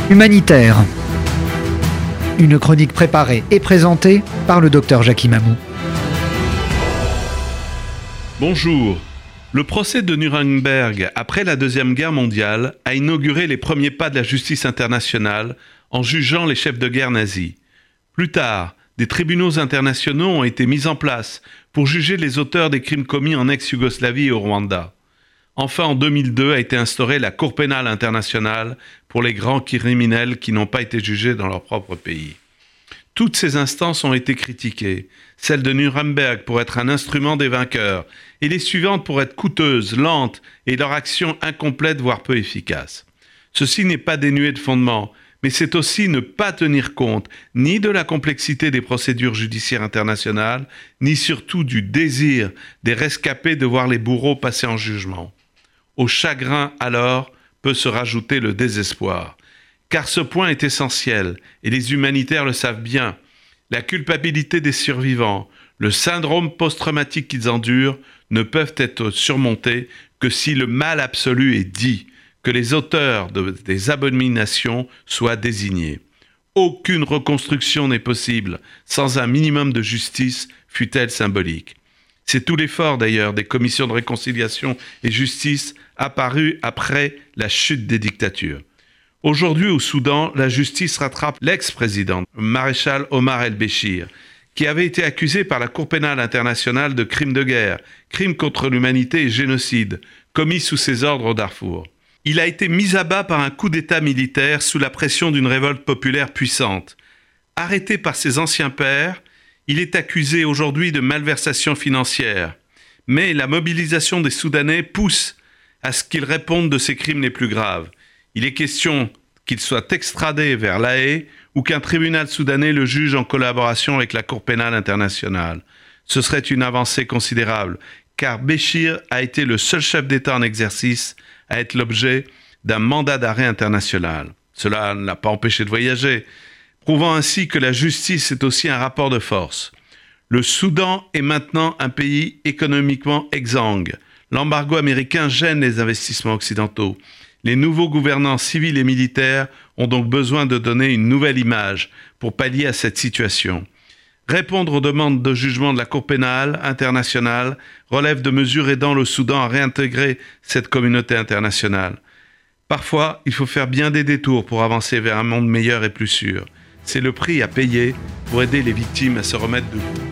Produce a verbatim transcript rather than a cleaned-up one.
Humanitaire. Une chronique préparée et présentée par le docteur Jackie Mamou. Bonjour. Le procès de Nuremberg après la Deuxième Guerre mondiale a inauguré les premiers pas de la justice internationale en jugeant les chefs de guerre nazis. Plus tard, des tribunaux internationaux ont été mis en place pour juger les auteurs des crimes commis en ex-Yougoslavie et au Rwanda. Enfin, en deux mille deux, a été instaurée la Cour pénale internationale pour les grands criminels qui n'ont pas été jugés dans leur propre pays. Toutes ces instances ont été critiquées, celle de Nuremberg pour être un instrument des vainqueurs, et les suivantes pour être coûteuses, lentes et leur action incomplète voire peu efficace. Ceci n'est pas dénué de fondement, mais c'est aussi ne pas tenir compte ni de la complexité des procédures judiciaires internationales, ni surtout du désir des rescapés de voir les bourreaux passer en jugement. Au chagrin, alors, peut se rajouter le désespoir. Car ce point est essentiel, et les humanitaires le savent bien. La culpabilité des survivants, le syndrome post-traumatique qu'ils endurent ne peuvent être surmontés que si le mal absolu est dit, que les auteurs de, des abominations soient désignés. Aucune reconstruction n'est possible sans un minimum de justice, fût-elle symbolique. C'est tout l'effort d'ailleurs des commissions de réconciliation et justice apparues après la chute des dictatures. Aujourd'hui au Soudan, la justice rattrape l'ex-président, maréchal Omar el-Béchir, qui avait été accusé par la Cour pénale internationale de crimes de guerre, crimes contre l'humanité et génocide, commis sous ses ordres au Darfour. Il a été mis à bas par un coup d'État militaire sous la pression d'une révolte populaire puissante. Arrêté par ses anciens pairs, il est accusé aujourd'hui de malversation financière. Mais la mobilisation des Soudanais pousse à ce qu'il réponde de ses crimes les plus graves. Il est question qu'il soit extradé vers La Haye ou qu'un tribunal soudanais le juge en collaboration avec la Cour pénale internationale. Ce serait une avancée considérable, car Béchir a été le seul chef d'État en exercice à être l'objet d'un mandat d'arrêt international. Cela ne l'a pas empêché de voyager, prouvant ainsi que la justice est aussi un rapport de force. Le Soudan est maintenant un pays économiquement exsangue. L'embargo américain gêne les investissements occidentaux. Les nouveaux gouvernants civils et militaires ont donc besoin de donner une nouvelle image pour pallier à cette situation. Répondre aux demandes de jugement de la Cour pénale internationale relève de mesures aidant le Soudan à réintégrer cette communauté internationale. Parfois, il faut faire bien des détours pour avancer vers un monde meilleur et plus sûr. C'est le prix à payer pour aider les victimes à se remettre debout.